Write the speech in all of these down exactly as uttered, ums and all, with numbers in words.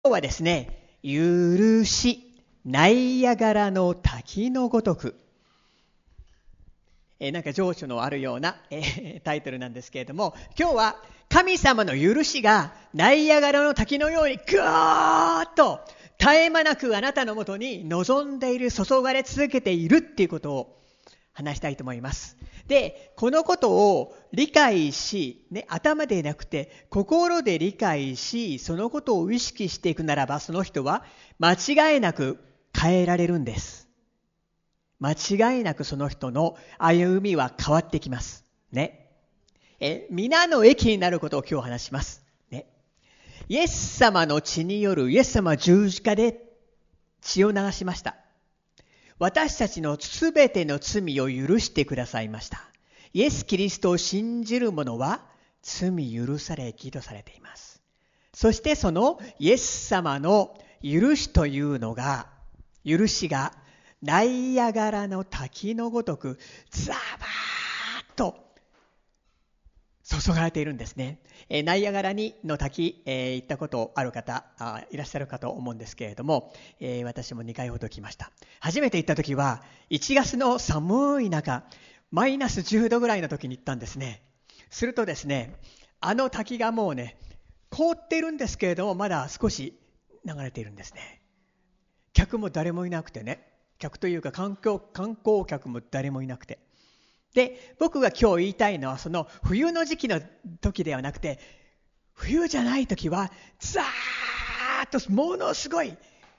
今日はですね、許し、ナイアガラの滝のごとく、えー、なんか情緒のあるような、えー、タイトルなんですけれども、今日は神様の許しがナイアガラの滝のようにぐーっと絶え間なくあなたのもとに望んでいる、注がれ続けているっていうことを話したいと思います。で、このことを理解し、ね、頭でなくて心で理解し、そのことを意識していくならば、その人は間違いなく変えられるんです。間違いなくその人の歩みは変わってきます。ね。え、皆の益になることを今日話します。ね。イエス様の血による、イエス様は十字架で血を流しました。私たちのすべての罪を許してくださいました。イエス・キリストを信じる者は罪許され義とされています。そしてそのイエス様の許しというのが、許しがナイアガラの滝のごとくザバーッと注がれているんですね。えー、ナイアガラにの滝、えー、行ったことある方あいらっしゃるかと思うんですけれども、えー、私もにかいほど来ました。初めて行った時はいちがつの寒い中、マイナスじゅうどぐらいの時に行ったんですね。するとですね、あの滝がもうね、凍っているんですけれども、まだ少し流れているんですね。客も誰もいなくてね、客というか観光、観光客も誰もいなくて、で、僕が今日言いたいのは、その冬の時期の時ではなくて、冬じゃない時はザーッとものすごい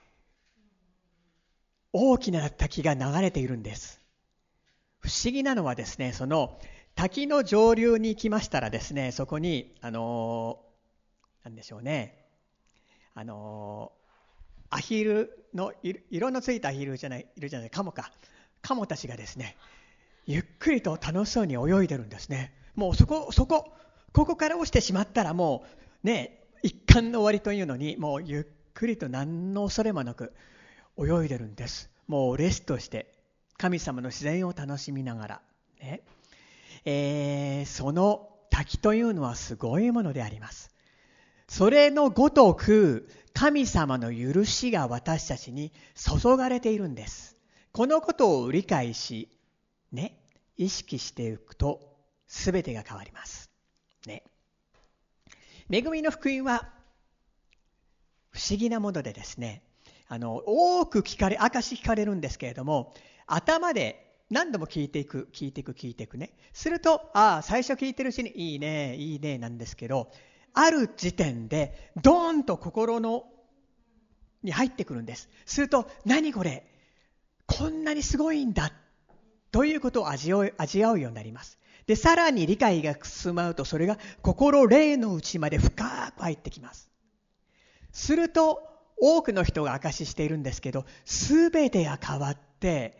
大きな滝が流れているんです。不思議なのはですね、その滝の上流に行きましたらですね、そこにあのなんでしょうね、あのアヒルの色のついたアヒルじゃない、いるじゃない、カモか、カモたちがですね、ゆっくりと楽しそうに泳いでるんですね。もうそこ、そこ、ここから落ちてしまったらもうね、一巻の終わりというのに、もうゆっくりと何の恐れもなく泳いでるんです。もうレストして、神様の自然を楽しみながら。ねえー、その滝というのはすごいものであります。それのごとく、神様の許しが私たちに注がれているんです。このことを理解し、ね、意識していくと全てが変わります。ね。恵みの福音は不思議なものでですね、あの多く聞かれ、証聞かれるんですけれども、頭で何度も聞いていく、聞いていく、聞いていくね。すると、ああ、最初聞いてるうちにいいね、いいねなんですけど、ある時点でドーンと心のに入ってくるんです。すると、何これ、こんなにすごいんだということを味わう、味わうようになります。で、さらに理解が進まうと、それが心霊の内まで深く入ってきます。すると、多くの人が証ししているんですけど、すべてが変わって、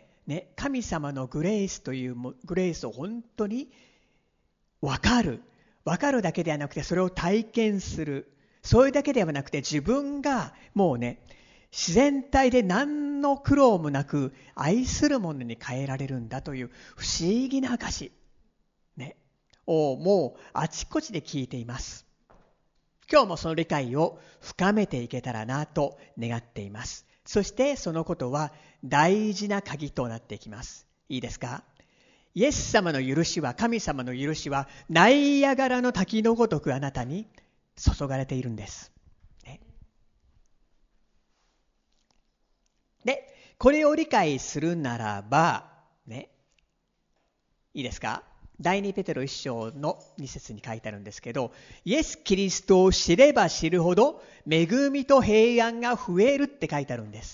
ね、神様のグレースというグレースを本当に分かる。分かるだけではなくて、それを体験する。そういうだけではなくて、自分がもうね、自然体で何の苦労もなく愛するものに変えられるんだという不思議な証、ね、をもうあちこちで聞いています。今日もその理解を深めていけたらなと願っています。そしてそのことは大事な鍵となっていきます。いいですか？イエス様の許しは、神様の許しはナイアガラの滝のごとくあなたに注がれているんです。で、これを理解するならば、ね、いいですか？第二ペテロ一章の二節に書いてあるんですけど、イエス・キリストを知れば知るほど、恵みと平安が増えるって書いてあるんです。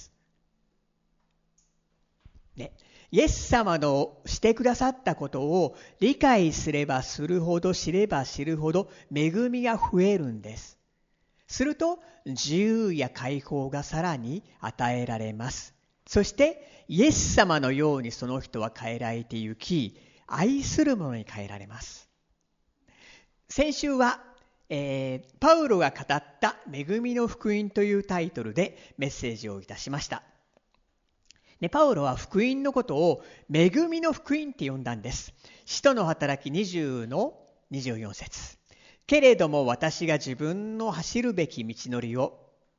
ね、イエス様のしてくださったことを理解すればするほど、知れば知るほど、恵みが増えるんです。すると自由や解放がさらに与えられます。そしてイエス様のようにその人は変えられてゆき、愛するものに変えられます。先週は、えー、パウロが語った恵みの福音というタイトルでメッセージをいたしました。で、パウロは福音のことを恵みの福音って呼んだんです。使徒の働きにじゅうのにじゅうよん節。けれども私が自分の走るべき道のりを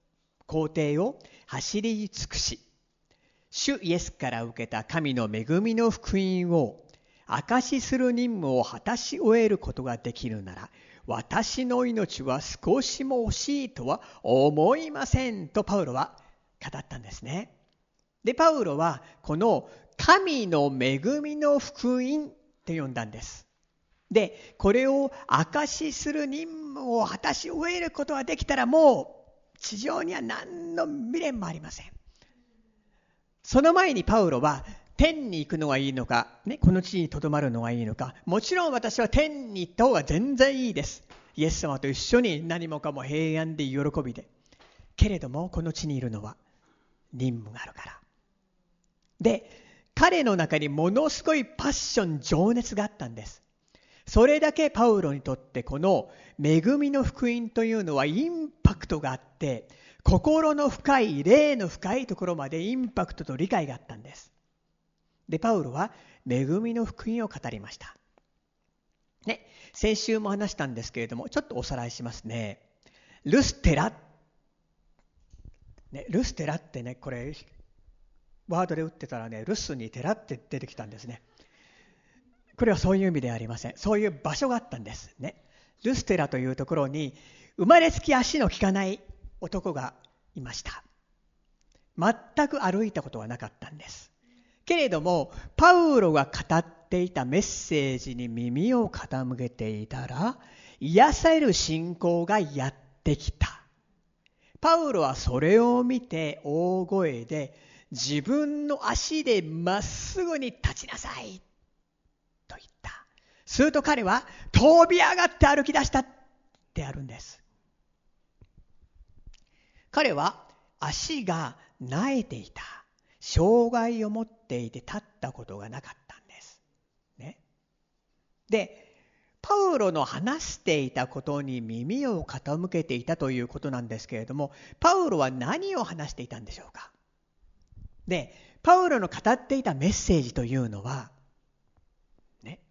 行程を走り尽くし、主イエスから受けた神の恵みの福音を証しする任務を果たし終えることができるなら、私の命は少しも惜しいとは思いませんとパウロは語ったんですね。で、パウロはこの神の恵みの福音って呼んだんです。で、これを証しする任務を果たし終えることができたら、もう地上には何の未練もありません。その前にパウロは天に行くのがいいのか、ね、この地にとどまるのがいいのか、もちろん私は天に行った方が全然いいです。イエス様と一緒に何もかも平安で喜びで。けれどもこの地にいるのは任務があるから。で、彼の中にものすごいパッション、情熱があったんです。それだけパウロにとってこの恵みの福音というのはインパクトがあって、心の深い、霊の深いところまでインパクトと理解があったんです。で、パウロは恵みの福音を語りました。ね、先週も話したんですけれども、ちょっとおさらいしますね。ルステラ、ね、ルステラってね、これワードで打ってたらね、ルスに寺って出てきたんですね。これはそういう意味ではありません。そういう場所があったんですね。ルステラというところに生まれつき足の利かない男がいました。全く歩いたことはなかったんです。けれどもパウロが語っていたメッセージに耳を傾けていたら、癒される信仰がやってきた。パウロはそれを見て大声で、自分の足でまっすぐに立ちなさいと言った。すると彼は飛び上がって歩き出したってあるんです。彼は足が萎えていた。障害を持っていて立ったことがなかったんです。ね。で、パウロの話していたことに耳を傾けていたということなんですけれども、パウロは何を話していたんでしょうか。で、パウロの語っていたメッセージというのは、ね、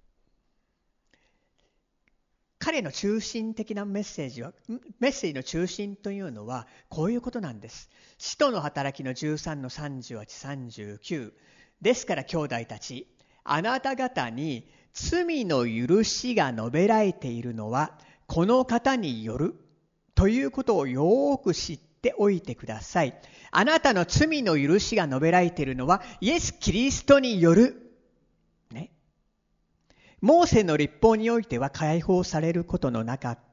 彼の中心的なメッセージは、メッセージの中心というのはこういうことなんです。使徒の働きのじゅうさんのさんじゅうはち、さんじゅうきゅう。ですから兄弟たち、あなた方に罪の許しが述べられているのはこの方によるということをよく知っておいてください。あなたの罪の許しが述べられているのはイエス・キリストによる。ね。モーセの律法においては解放されることのなかった、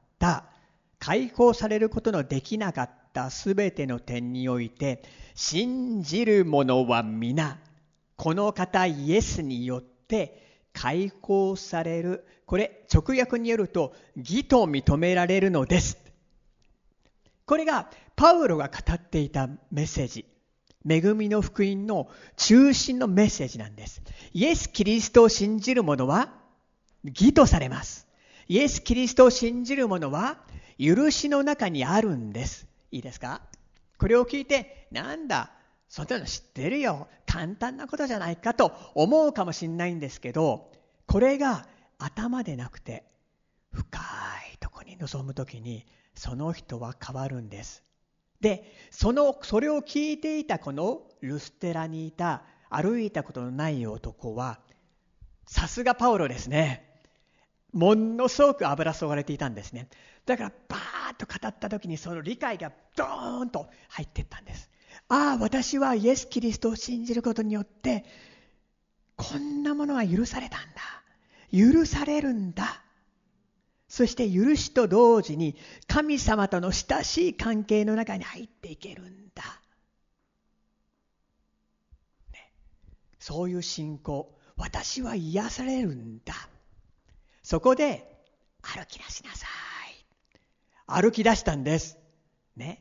解放されることのできなかったすべての点において、信じる者は皆、この方イエスによって解放される。これ直訳によると義と認められるのです。これがパウロが語っていたメッセージ、恵みの福音の中心のメッセージなんです。イエス・キリストを信じる者は義とされます。イエス・キリストを信じる者は許しの中にあるんです。いいですか。これを聞いて、なんだそんなの知ってるよ、簡単なことじゃないかと思うかもしれないんですけど、これが頭でなくて深いところに臨むときにその人は変わるんです。で、そのそれを聞いていたこのルステラにいた歩いたことのない男は、さすがパウロですね。ものすごく油注がれていたんですね。だからバーッと語った時にその理解がドーンと入っていったんです。ああ、私はイエス・キリストを信じることによってこんなものが許されたんだ、許されるんだ、そして許しと同時に神様との親しい関係の中に入っていけるんだ、ね、そういう信仰、私は癒されるんだ。そこで歩き出しなさい。歩き出したんですね。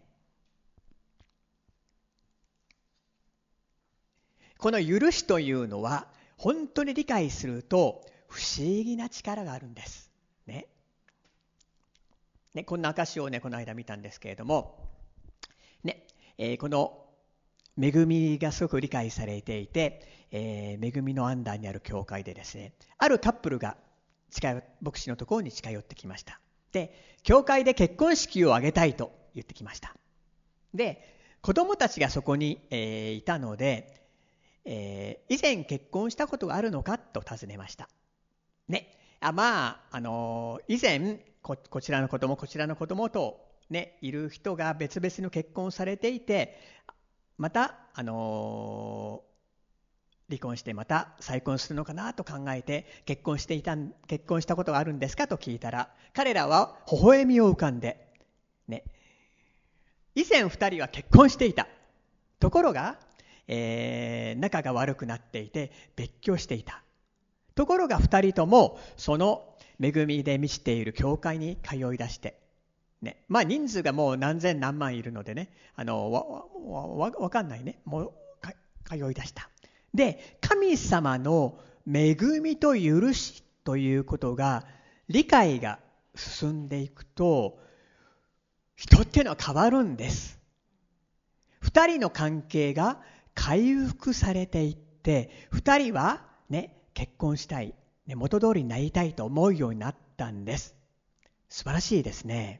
この許しというのは本当に理解すると不思議な力があるんですね。ね、こんな証をねこの間見たんですけれどもね、えー、この恵みがすごく理解されていて、えー、恵みのアンダーにある教会でですね、あるカップルが近牧師のところに近寄ってきました。で、教会で結婚式を挙げたいと言ってきました。 で、子供たちがそこに、えー、いたので、えー、以前結婚したことがあるのかと尋ねました。ね、あまあ、あのー、以前こ、こちらの子供、こちらの子供と、ね、いる人が別々の結婚されていて、また、あのー、離婚してまた再婚するのかなと考えて結婚していた、結婚したことがあるんですかと聞いたら、彼らは微笑みを浮かんで、ね、以前二人は結婚していた。ところが、えー、仲が悪くなっていて別居していた。ところが二人ともその恵みで満ちている教会に通い出して、ね、まあ人数がもう何千何万いるのでね、あのわわわわかんないね、もう通い出した。で、神様の恵みと許しということが理解が進んでいくと、人っていうのは変わるんです。二人の関係が回復されていって、二人はね、結婚したい、ね、元通りになりたいと思うようになったんです。素晴らしいですね。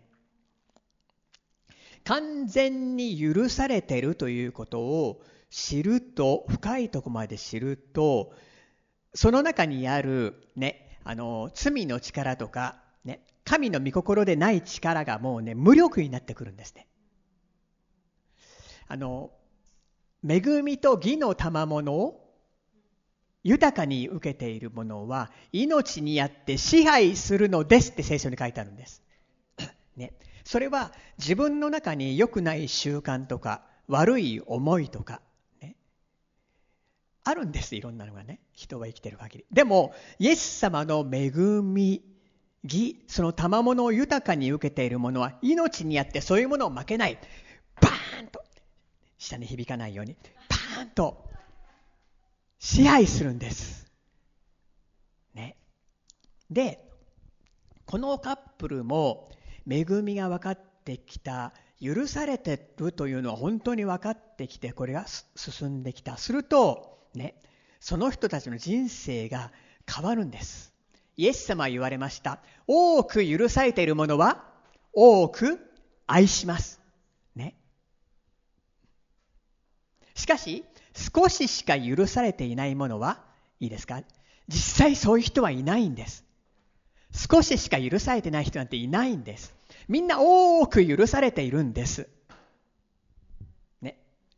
完全に許されているということを知ると、深いところまで知ると、その中にあるね、あの罪の力とかね、神の御心でない力がもうね、無力になってくるんですね。あの恵みと義の賜物を豊かに受けているものは命にあって支配するのですって聖書に書いてあるんです、ね、それは自分の中に良くない習慣とか悪い思いとか、ね、あるんです。いろんなのがね、人は生きてる限り。でもイエス様の恵み、義、その賜物を豊かに受けているものは命にあってそういうものを負けない。バーンと下に響かないようにパーンと支配するんです、ね、でこのカップルも恵みが分かってきた、許されてるというのは本当に分かってきて、これが進んできた。するとね、その人たちの人生が変わるんです。イエス様は言われました。多く許されているものは多く愛しますね。しかし少ししか許されていないものはいいですか、実際そういう人はいないんです。少ししか許されてない人なんていないんです。みんな多く許されているんです、ね、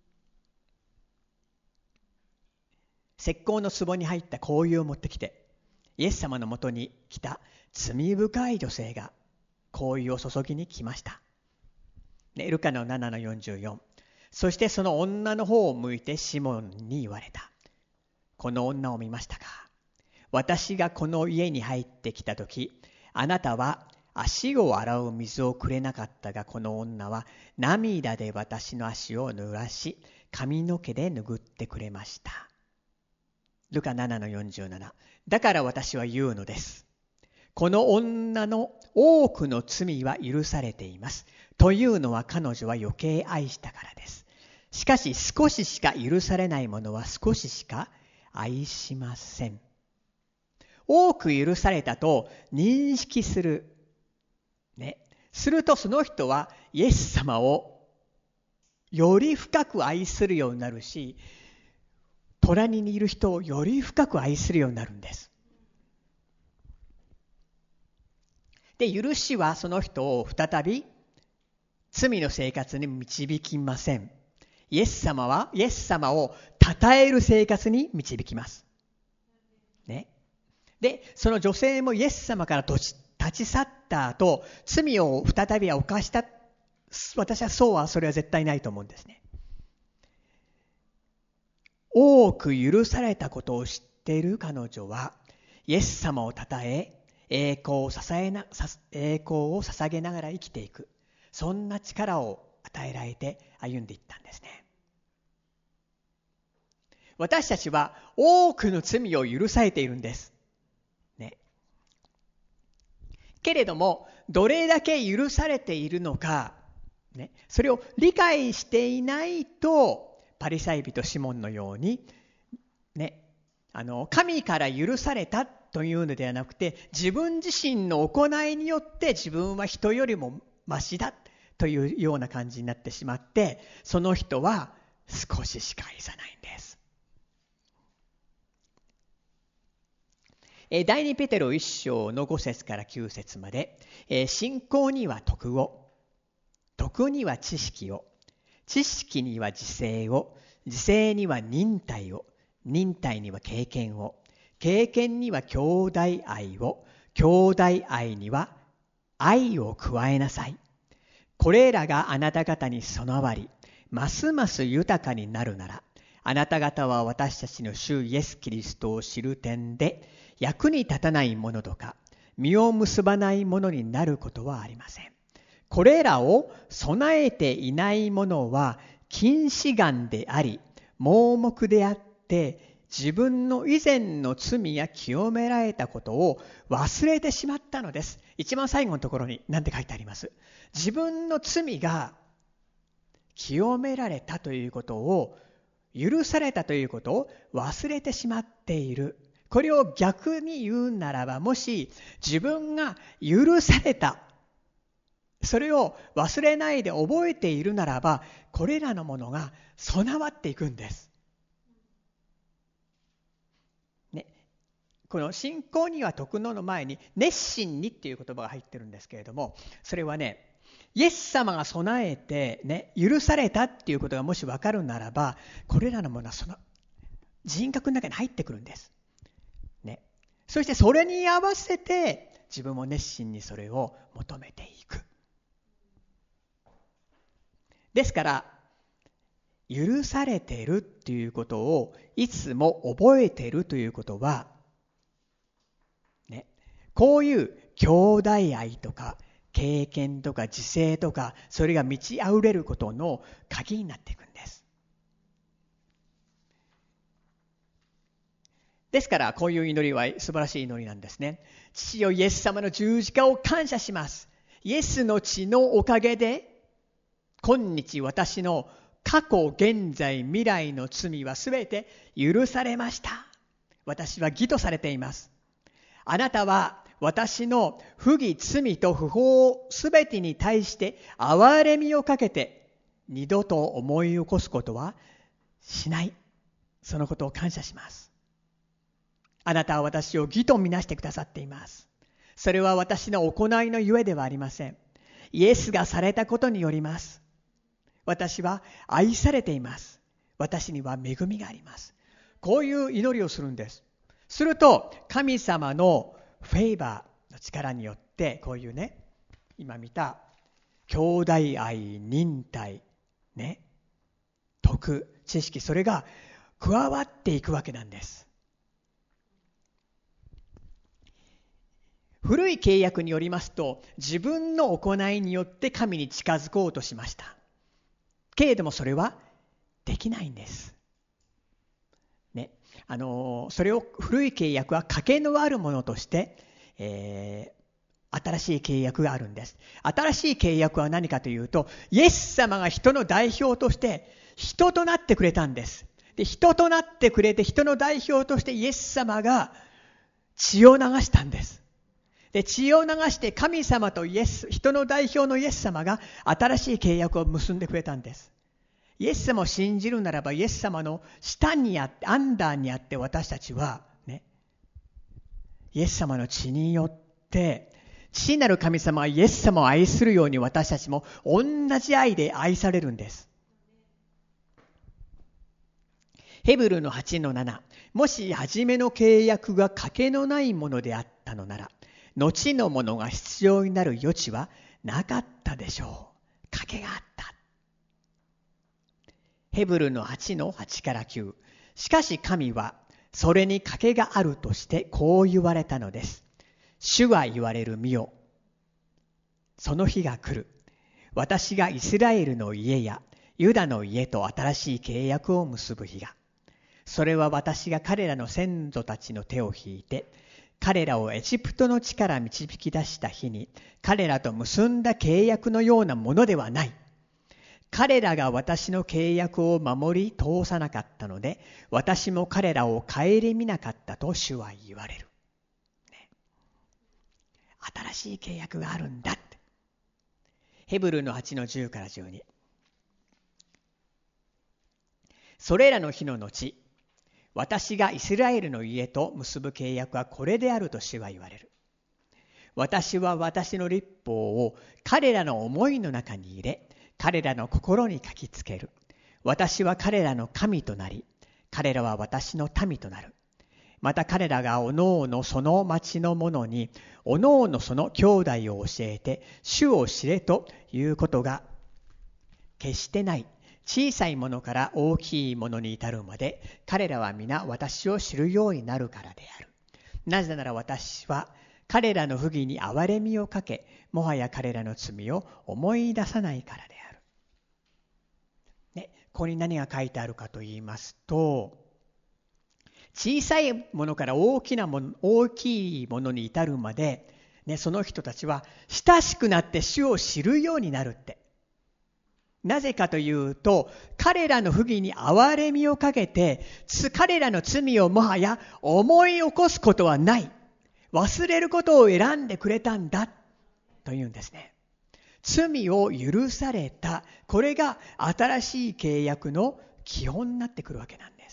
石膏の壺に入った香油を持ってきて、イエス様のもとに来た罪深い女性が香油を注ぎに来ました、ね、ルカのななのよんじゅうよん。そしてその女の方を向いてシモンに言われた。この女を見ましたか。私がこの家に入ってきたとき、あなたは足を洗う水をくれなかったが、この女は涙で私の足を濡らし、髪の毛で拭ってくれました。ルカななのよんじゅうなな。だから私は言うのです。この女の多くの罪は許されています。というのは彼女は余計愛したからです。しかし少ししか許されないものは少ししか愛しません。多く許されたと認識する、ね、するとその人はイエス様をより深く愛するようになるし、隣にいる人をより深く愛するようになるんです。で、許しはその人を再び罪の生活に導きません。イエス様はイエス様を称える生活に導きます、ね、でその女性もイエス様から立ち去った後、罪を再び犯した。私はそうはそれは絶対ないと思うんですね。多く許されたことを知っている彼女はイエス様を称え、栄光を支えな栄光を捧げながら生きていく、そんな力を与えられて歩んでいったんですね。私たちは多くの罪を許されているんです、ね、けれどもどれだけ許されているのか、ね、それを理解していないと、パリサイ人シモンのように、ね、あの神から許されたというのではなくて、自分自身の行いによって自分は人よりもマシだというような感じになってしまって、その人は少ししか愛さないんです。第二ペテロ一章の五節から九節まで、信仰には徳を、徳には知識を、知識には自制を、自制には忍耐を、忍耐には経験を、経験には兄弟愛を、兄弟愛には愛を加えなさい。これらがあなた方に備わり、ますます豊かになるなら、あなた方は私たちの主イエス・キリストを知る点で、役に立たないものとか、実を結ばないものになることはありません。これらを備えていないものは、近視眼であり、盲目であって、自分の以前の罪や清められたことを忘れてしまったのです。一番最後のところに何て書いてあります？自分の罪が清められたということを、許されたということを忘れてしまっている。これを逆に言うならば、もし自分が許された、それを忘れないで覚えているならば、これらのものが備わっていくんです。ね、この信仰には徳のの前に熱心にっていう言葉が入ってるんですけれども、それはね、イエス様が備えて、ね、許されたっていうことがもし分かるならば、これらのものはその人格の中に入ってくるんです。ね、そしてそれに合わせて自分も熱心にそれを求めていく。ですから許されているっていうことをいつも覚えているということは、ね、こういう兄弟愛とか経験とか自制とか、それが満ち溢れることの鍵になっていくんです。ですからこういう祈りは素晴らしい祈りなんですね。父よ、イエス様の十字架を感謝します。イエスの血のおかげで今日私の過去、現在、未来の罪はすべて許されました。私は義とされています。あなたは私の不義、罪と不法すべてに対して憐れみをかけて二度と思い起こすことはしない。そのことを感謝します。あなたは私を義とみなしてくださっています。それは私の行いのゆえではありません。イエスがされたことによります。私は愛されています。私には恵みがあります。こういう祈りをするんです。すると神様のフェイバーの力によって、こういうね、今見た兄弟愛、忍耐、ね、徳、知識、それが加わっていくわけなんです。古い契約によりますと、自分の行いによって神に近づこうとしました。けれどもそれはできないんです。ね、あのそれを古い契約は賭けのあるものとして、えー、新しい契約があるんです。新しい契約は何かというと、イエス様が人の代表として人となってくれたんです。で、人となってくれて、人の代表としてイエス様が血を流したんです。で、血を流して神様とイエス、人の代表のイエス様が新しい契約を結んでくれたんです。イエス様を信じるならば、イエス様の下にあって、アンダーにあって、私たちはね、イエス様の血によって、父なる神様はイエス様を愛するように、私たちも同じ愛で愛されるんです。ヘブルのはちのなな、もし初めの契約が賭けのないものであったのなら、後のものが必要になる余地はなかったでしょう。賭けがあった。ヘブルのはちのはちからきゅう。しかし神はそれに賭けがあるとしてこう言われたのです。主は言われる見よ。その日が来る。私がイスラエルの家やユダの家と新しい契約を結ぶ日が。それは私が彼らの先祖たちの手を引いて、彼らをエジプトの地から導き出した日に彼らと結んだ契約のようなものではない。彼らが私の契約を守り通さなかったので、私も彼らを顧みなかったと主は言われる、ね、新しい契約があるんだって。 ヘブルのはちのじゅうからじゅうに。それらの日の後、私がイスラエルの家と結ぶ契約はこれであると主は言われる。私は私の律法を彼らの思いの中に入れ、彼らの心に書きつける。私は彼らの神となり、彼らは私の民となる。また彼らがおのおのその町の者に、おのおのその兄弟を教えて、主を知れということが決してない。小さいものから大きいものに至るまで、彼らは皆私を知るようになるからである。なぜなら私は彼らの不義に憐れみをかけ、もはや彼らの罪を思い出さないからである。ね、ここに何が書いてあるかと言いますと、小さいものから大きなもの、大きいものに至るまで、ね、その人たちは親しくなって主を知るようになるって。なぜかというと、彼らの不義に憐れみをかけて、彼らの罪をもはや思い起こすことはない。忘れることを選んでくれたんだというんですね。罪を許された。これが新しい契約の基本になってくるわけなんです。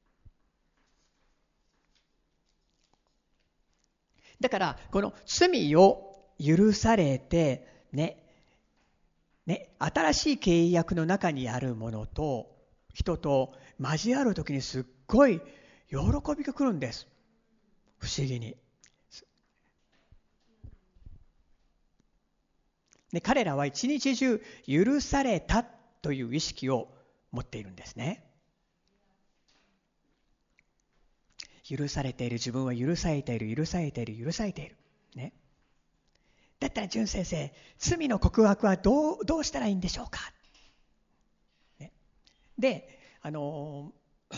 だからこの罪を許されてね、ね、新しい契約の中にあるものと人と交わるときにすっごい喜びが来るんです。不思議に。で、彼らは一日中許されたという意識を持っているんですね。許されている、自分は許されている、許されている、許されている。ね。だったら淳先生、罪の告白はどう、どうしたらいいんでしょうか。ね、で、あの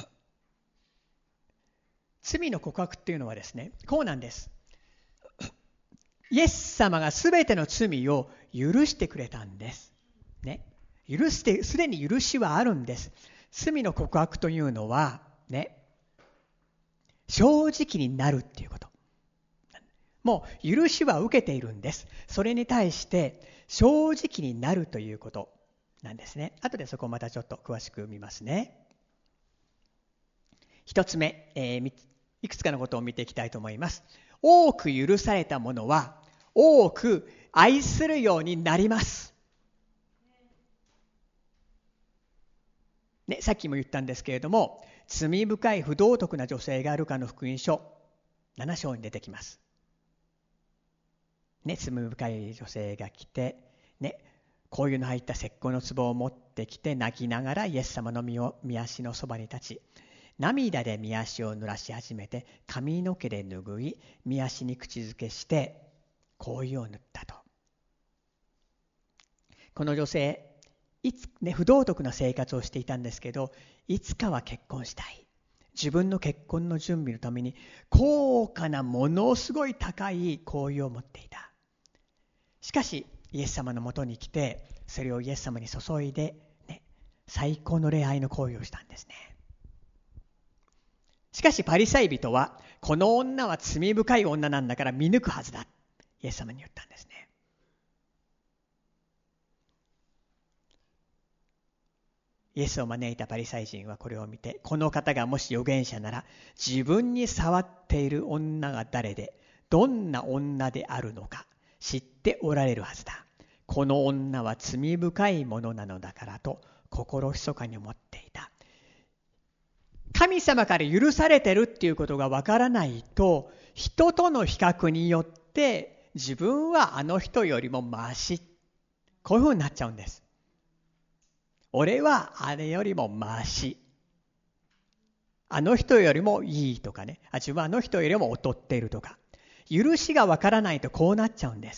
罪の告白っていうのはですね、こうなんです。イエス様がすべての罪を許してくれたんです。ね、許して、すでに許しはあるんです。罪の告白というのはね、正直になるっていうこと。もう許しは受けているんです。それに対して正直になるということなんですね。後でそこをまたちょっと詳しく見ますね。一つ目、えー、いくつかのことを見ていきたいと思います。多く許されたものは多く愛するようになります。ね、さっきも言ったんですけれども、罪深い不道徳な女性がルカの福音書なな章に出てきます。ね、罪深い女性が来て、ね、香油の入った石膏の壺を持ってきて泣きながらイエス様の御足のそばに立ち、涙で御足を濡らし始めて、髪の毛で拭い、御足に口づけして香油を塗ったと。この女性、いつ、ね、不道徳な生活をしていたんですけど、いつかは結婚したい。自分の結婚の準備のために高価なものすごい高い香油を持っていた。しかしイエス様のもとに来て、それをイエス様に注いで、ね、最高の礼拝の行為をしたんですね。しかしパリサイ人は、この女は罪深い女なんだから見抜くはずだ、イエス様に言ったんですね。イエスを招いたパリサイ人はこれを見て、この方がもし預言者なら、自分に触っている女が誰で、どんな女であるのか知っておられるはずだ。この女は罪深いものなのだからと心密かに思っていた。神様から許されてるっていうことがわからないと、人との比較によって自分はあの人よりもマシ、こういうふうになっちゃうんです。俺はあれよりもマシ、あの人よりもいいとかね、あ自分はあの人よりも劣っているとか、許しがわからないとこうなっちゃうんです。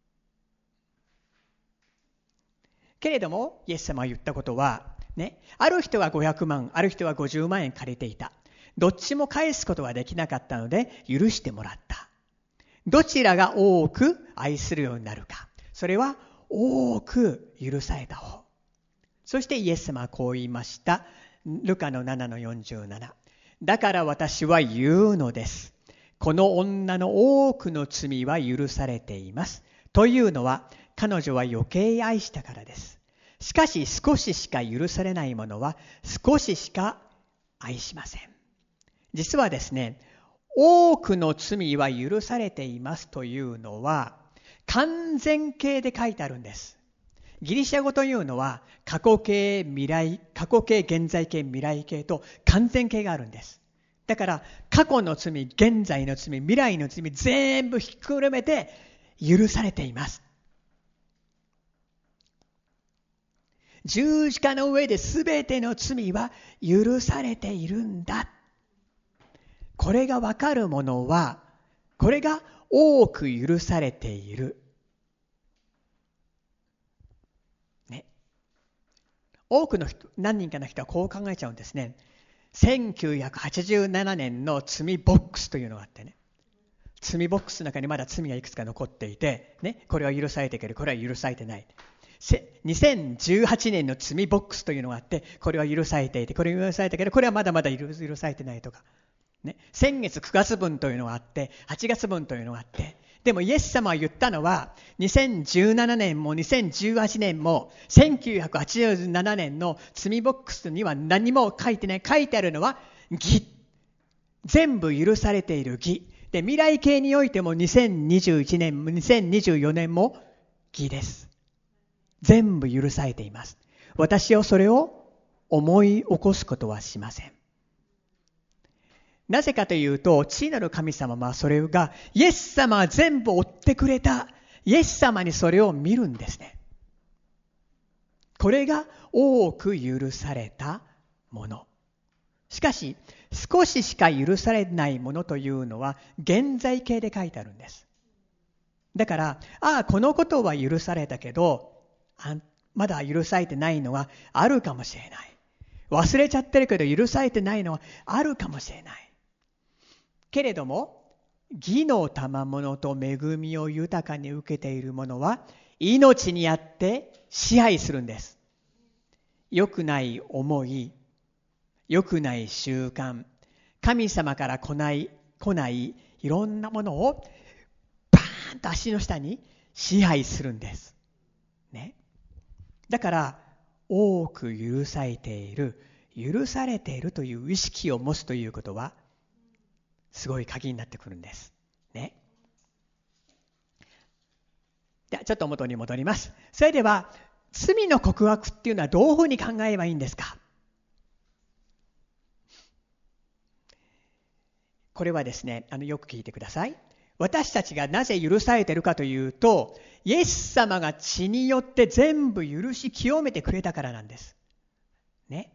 けれどもイエス様が言ったことはね、ある人はごひゃくまん、ある人はごじゅうまんえん借りていた。どっちも返すことができなかったので許してもらった。どちらが多く愛するようになるか、それは多く許された方。そしてイエス様はこう言いました。ルカのななのよんじゅうなな。だから私は言うのです。この女の多くの罪は許されています。というのは、 彼女は余計愛したからです。しかし少ししか許されないものは少ししか愛しません。実はですね、多くの罪は許されていますというのは完全形で書いてあるんです。ギリシャ語というのは過去形、未来、過去形、現在形、未来形と完全形があるんです。だから過去の罪、現在の罪、未来の罪全部ひっくるめて許されています。十字架の上で全ての罪は許されているんだ。これが分かるものは、これが多く許されている。ね。多くの人、何人かの人はこう考えちゃうんですね。せんきゅうひゃくはちじゅうななねんの罪ボックスというのがあってね。罪ボックスの中にまだ罪がいくつか残っていて、ね、これは許されている、これは許されてない。にせんじゅうはちねんの罪ボックスというのがあって、これは許されていて、これは許されたけど、これはまだまだ許されてないとか。ね、先月くがつ分というのがあって、はちがつ分というのがあって、でもイエス様は言ったのは、にせんじゅうななねんもにせんじゅうはちねんもせんきゅうひゃくはちじゅうななねんの罪ボックスには何も書いてない。書いてあるのは義。全部許されている義。で、未来形においてもにせんにじゅういちねんもにせんにじゅうよねんも義です。全部許されています。私はそれを思い起こすことはしません。なぜかというと、父なる神様はそれが、イエス様は全部追ってくれた。イエス様にそれを見るんですね。これが多く許されたもの。しかし、少ししか許されないものというのは、現在形で書いてあるんです。だから、ああ、このことは許されたけど、あまだ許されてないのはあるかもしれない。忘れちゃってるけど許されてないのはあるかもしれない。けれども、義の賜物と恵みを豊かに受けている者は命にあって支配するんです。良くない思い、良くない習慣、神様から来ない、来ないいろんなものをバーンと足の下に支配するんです。ね。だから多く許されている、許されているという意識を持つということはすごい鍵になってくるんです。ね。ではちょっと元に戻ります。それでは罪の告白っていうのはどういうふうに考えればいいんですか。これはですね、あのよく聞いてください。私たちがなぜ許されているかというと、イエス様が血によって全部許し清めてくれたからなんです。ね。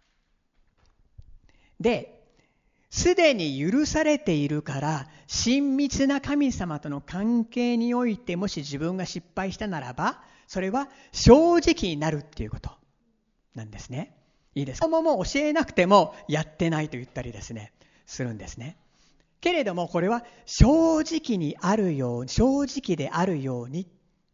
で、すでに許されているから、親密な神様との関係においてもし自分が失敗したならば、それは正直になるっていうことなんですね。いいですか。子供も教えなくてもやってないと言ったりですね、するんですね。けれどもこれは正直にあるように、正直であるように。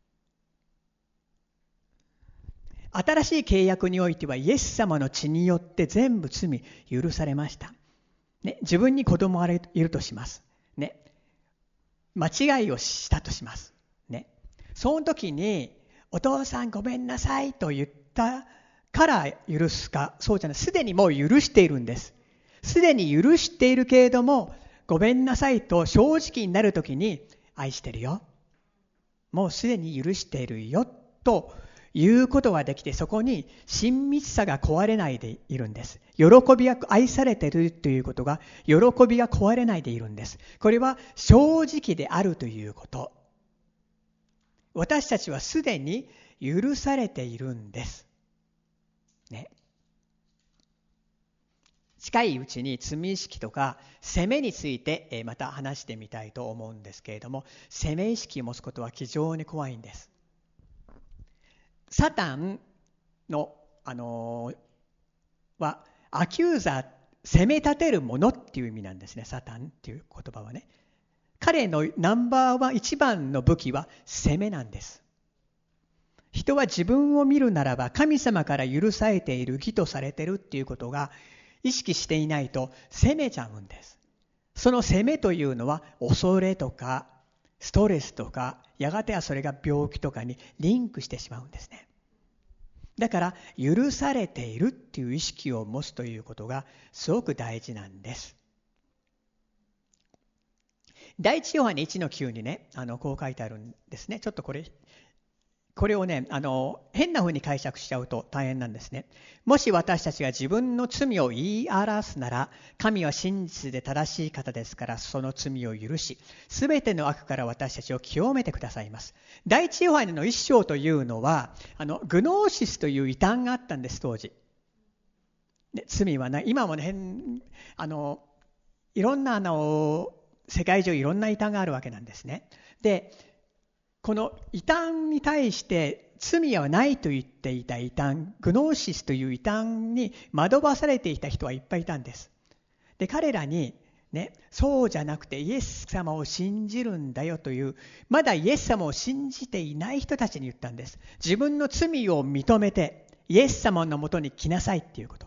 新しい契約においてはイエス様の血によって全部罪許されました。ね、自分に子供がいるとします。ね、間違いをしたとします。ね、その時にお父さんごめんなさいと言ったから許すか、そうじゃない。すでにもう許しているんです。すでに許しているけれども、ごめんなさいと正直になる時に、愛してるよ。もうすでに許しているよということができて、そこに親密さが壊れないでいるんです。喜びが愛されているということが、喜びが壊れないでいるんです。これは正直であるということ。私たちはすでに許されているんです。ね。近いうちに罪意識とか責めについてまた話してみたいと思うんですけれども、責め意識を持つことは非常に怖いんです。サタンの、あのー、はアキューザー、責め立てるものっていう意味なんですね。サタンっていう言葉はね。彼のナンバーワン一番の武器は責めなんです。人は自分を見るならば神様から許されている、義とされているっていうことが意識していないと責めちゃうんです。その責めというのは恐れとかストレスとかやがてはそれが病気とかにリンクしてしまうんですね。だから許されているっていう意識を持つということがすごく大事なんです。第一ヨハネいちのきゅうにね、あのこう書いてあるんですね。ちょっとこれこれをね、あの変な風に解釈しちゃうと大変なんですね。もし私たちが自分の罪を言い表すなら、神は真実で正しい方ですから、その罪を許し、すべての悪から私たちを清めてくださいます。第一ヨハネの一章というのは、あのグノーシスという異端があったんです、当時。で、罪はない。今もね、あのいろんなあの世界中いろんな異端があるわけなんですね。で、この異端に対して罪はないと言っていた異端、グノーシスという異端に惑わされていた人はいっぱいいたんです。で、彼らにね、そうじゃなくてイエス様を信じるんだよという、まだイエス様を信じていない人たちに言ったんです。自分の罪を認めてイエス様のもとに来なさいっていうこと。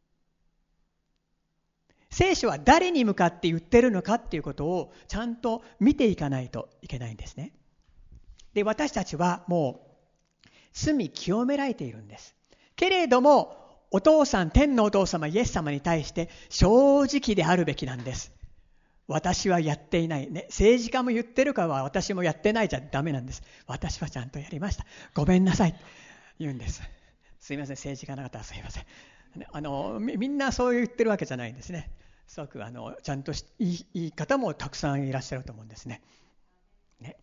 聖書は誰に向かって言ってるのかっていうことをちゃんと見ていかないといけないんですね。で、私たちはもう罪清められているんです。けれども、お父さん、天のお父様、イエス様に対して正直であるべきなんです。私はやっていない。ね、政治家も言ってるから私もやってないじゃダメなんです。私はちゃんとやりました。ごめんなさい。言うんです。すいません、政治家の方はすいません。あのみ, みんなそう言ってるわけじゃないんですね。すごくあのちゃんとい い, いい方もたくさんいらっしゃると思うんですね。ね。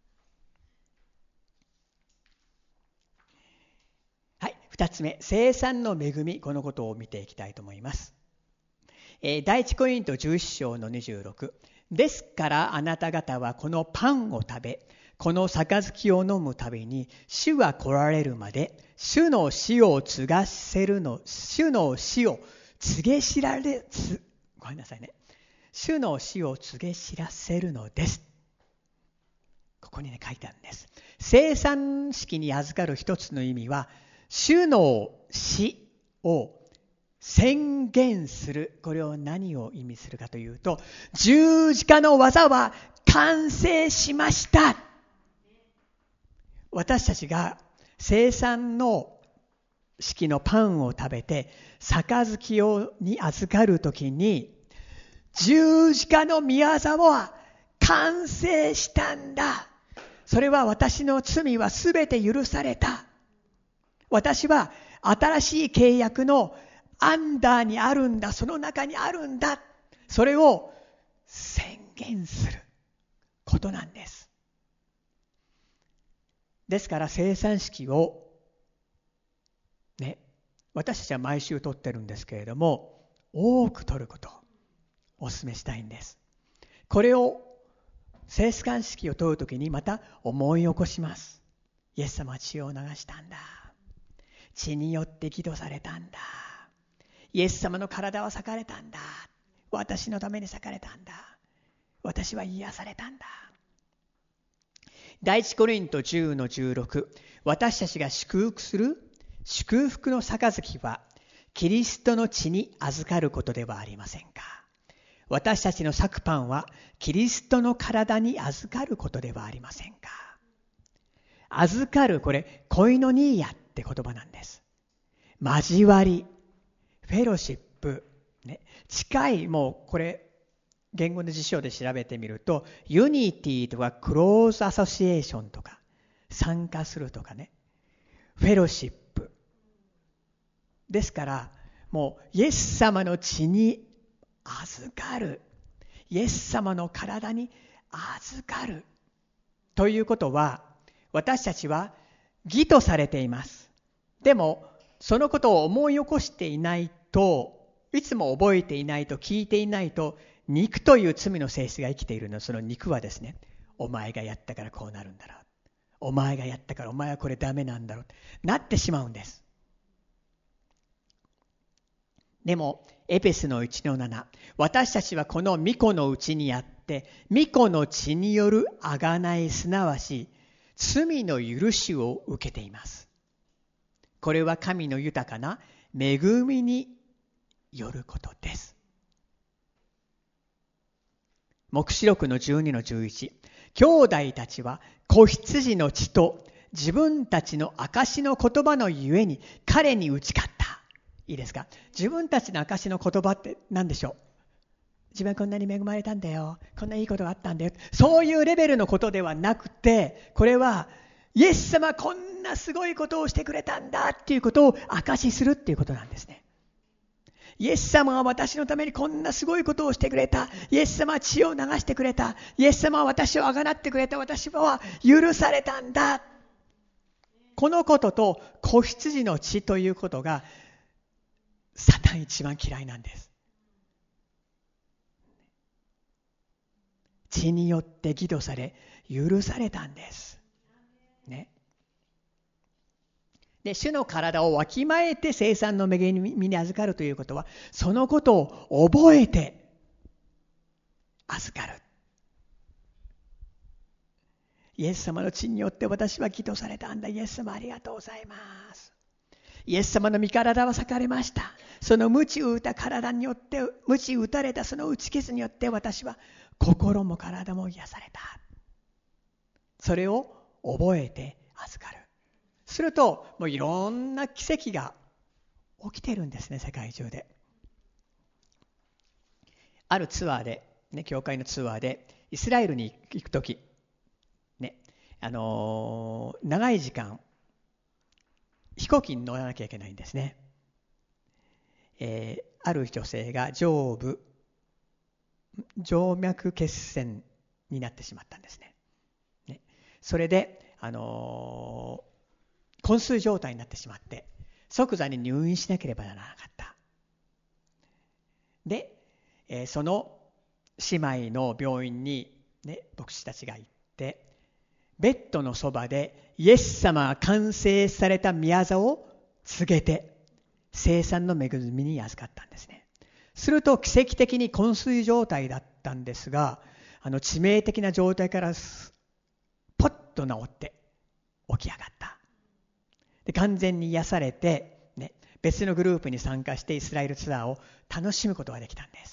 はい、ふたつめ、聖餐の恵み、このことを見ていきたいと思います。えー、第一コリントじゅういち章のにじゅうろく、ですからあなた方はこのパンを食べ、この杯を飲むたびに、主が来られるまで主の死を継がせるの、主の死を告げ知られつごめんなさいね主の死を告げ知らせるのです。ここにね書いてあるんです。聖餐式に預かる一つの意味は、主の死を宣言する。これを何を意味するかというと、十字架の技は完成しました。私たちが聖餐の式のパンを食べて杯をに預かるときに、十字架の御業は完成したんだ。それは私の罪はすべて許された。私は新しい契約のアンダーにあるんだ。その中にあるんだ。それを宣言することなんです。ですから聖餐式をね、私たちは毎週取ってるんですけれども、多く取ることをお勧めしたいんです。これを聖餐式を取るときにまた思い起こします。イエス様は血を流したんだ。血によって義とされたんだ。イエス様の体は裂かれたんだ。私のために裂かれたんだ。私は癒されたんだ。第一コリントじゅうのじゅうろく、私たちが祝福する祝福の杯はキリストの血に預かることではありませんか。私たちの裂くパンはキリストの体に預かることではありませんか。預かる、これコイノニーヤって言葉なんです。交わり、フェロシップ、ね、近い、もうこれ言語の辞書で調べてみると、ユニティとかクローズアソシエーションとか参加するとかね、フェロシップですから、もうイエス様の血に預かる、イエス様の体に預かるということは、私たちは義とされています。でもそのことを思い起こしていないと、いつも覚えていないと、聞いていないと、肉という罪の性質が生きているの。その肉はですね、お前がやったからこうなるんだろう、お前がやったからお前はこれダメなんだろうなってしまうんです。でもエペスのいちのなな、私たちはこの御子のうちにあって、御子の血による贖い、すなわち罪の許しを受けています。これは神の豊かな恵みによることです。黙示録のじゅうにのじゅういち、 兄弟たちは子羊の血と自分たちの証の言葉のゆえに彼に打ち勝った。いいですか。自分たちの証の言葉って何でしょう。自分はこんなに恵まれたんだよ、こんないいことがあったんだよ、そういうレベルのことではなくて、これはイエス様こんなすごいことをしてくれたんだっていうことを証しするっていうことなんですね。イエス様は私のためにこんなすごいことをしてくれた。イエス様は血を流してくれた。イエス様は私をあがなってくれた。私は許されたんだ。このことと子羊の血ということがサタン一番嫌いなんです。血によって義とされ許されたんです。ね。で、主の体をわきまえて聖餐の恵みに預かるということは、そのことを覚えて預かる。イエス様の血によって私は義とされたんだ。イエス様ありがとうございます。イエス様の身体は裂かれました。その鞭打った体によって、鞭打たれたその打ち傷によって私は心も体も癒された。それを覚えて預かる。するともういろんな奇跡が起きてるんですね、世界中で。あるツアーで、ね、教会のツアーでイスラエルに行くとき、ね、あのー、長い時間飛行機に乗らなきゃいけないんですね。えー、ある女性が上部静脈血栓になってしまったんですね。ね、それで、あのー昏睡状態になってしまって即座に入院しなければならなかった。で、えー、その姉妹の病院に、ね、牧師たちが行ってベッドのそばでイエス様が完成された御業を告げて聖餐の恵みに預かったんですね。すると奇跡的に昏睡状態だったんですが、あの致命的な状態からポッと治って起き上がった。で完全に癒されて、ね、別のグループに参加してイスラエルツアーを楽しむことができたんです。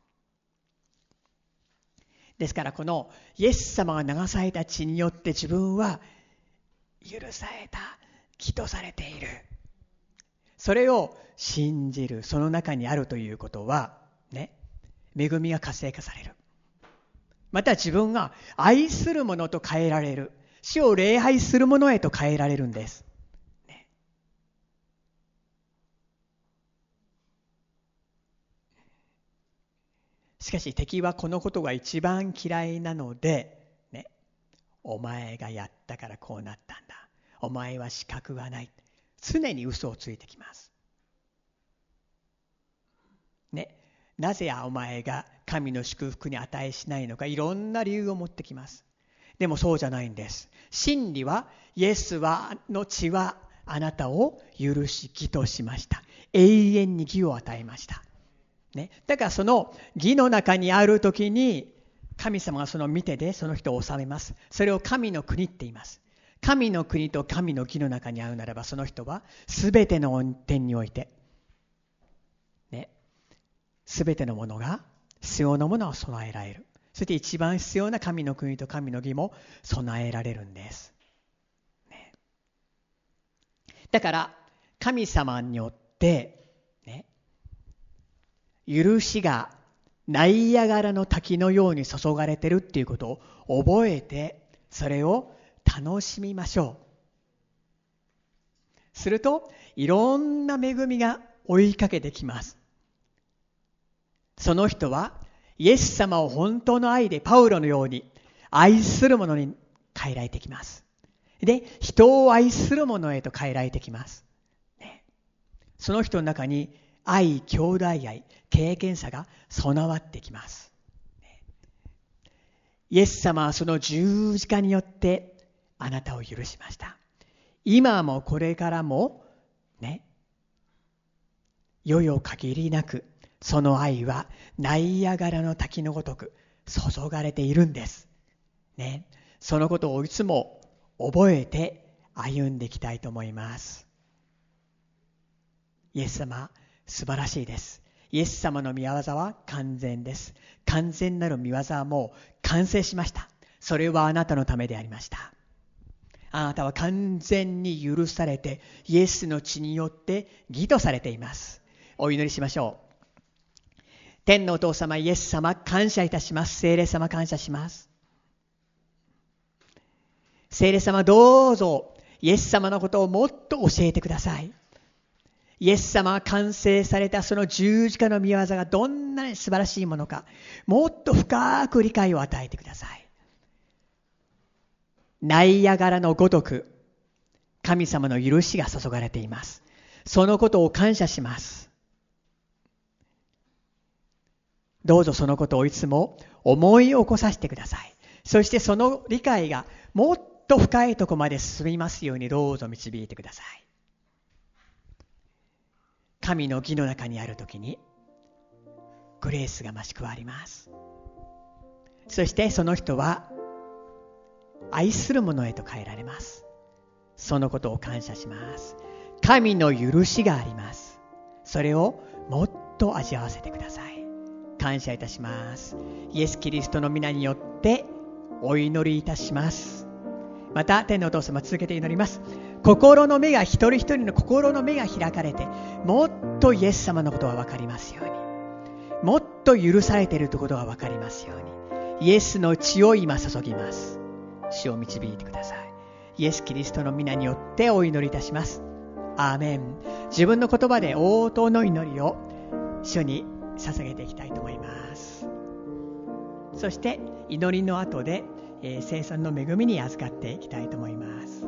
ですからこのイエス様が流された血によって自分は許された、義とされている、それを信じる、その中にあるということは、ね、恵みが活性化される。また自分が愛するものと変えられる、主を礼拝するものへと変えられるんです。しかし敵はこのことが一番嫌いなので、ね、お前がやったからこうなったんだ、お前は資格がない、常に嘘をついてきます、ね、なぜお前が神の祝福に値しないのか、いろんな理由を持ってきます。でもそうじゃないんです。真理はイエスはの血はあなたを許し義としました。永遠に義を与えました。ね、だからその義の中にあるときに神様がその見てでその人を治めます。それを神の国って言います。神の国と神の義の中にあるならば、その人はすべての点において、ね、すべてのものが必要なものを備えられる。そして一番必要な神の国と神の義も備えられるんです、ね、だから神様によって許しがナイアガラの滝のように注がれているっていうことを覚えて、それを楽しみましょう。するといろんな恵みが追いかけてきます。その人はイエス様を本当の愛でパウロのように愛する者に変えられてきます。で、人を愛する者へと変えられてきます、ね、その人の中に愛、兄弟愛、経験者が備わってきます。イエス様はその十字架によってあなたを許しました。今もこれからもね、余よ限りなくその愛はナイアガラの滝のごとく注がれているんです、ね、そのことをいつも覚えて歩んでいきたいと思います。イエス様素晴らしいです。イエス様の御業は完全です。完全なる御業はもう完成しました。 それはあなたのためでありました。あなたは完全に許されて、イエスの血によって義とされています。お祈りしましょう。天のお父様、イエス様、感謝いたします。聖霊様、感謝します。聖霊様、どうぞイエス様のことをもっと教えてください。イエス様が完成されたその十字架の御業がどんなに素晴らしいものか、もっと深く理解を与えてください。ナイアガラのごとく神様の許しが注がれています。そのことを感謝します。どうぞそのことをいつも思い起こさせてください。そしてその理解がもっと深いところまで進みますようにどうぞ導いてください。神の義の中にあるときにグレースが増し加わります。そしてその人は愛する者へと変えられます。そのことを感謝します。神の許しがあります。それをもっと味わわせてください。感謝いたします。イエス・キリストの皆によってお祈りいたします。また天のお父様、続けて祈ります。心の目が、一人一人の心の目が開かれて、もっとイエス様のことが分かりますように、もっと許されているということが分かりますように、イエスの血を今注ぎます。主を導いてください。イエス・キリストの皆によってお祈りいたします。アーメン。自分の言葉で応答の祈りを主に捧げていきたいと思います。そして祈りの後で、えー、聖餐の恵みに預かっていきたいと思います。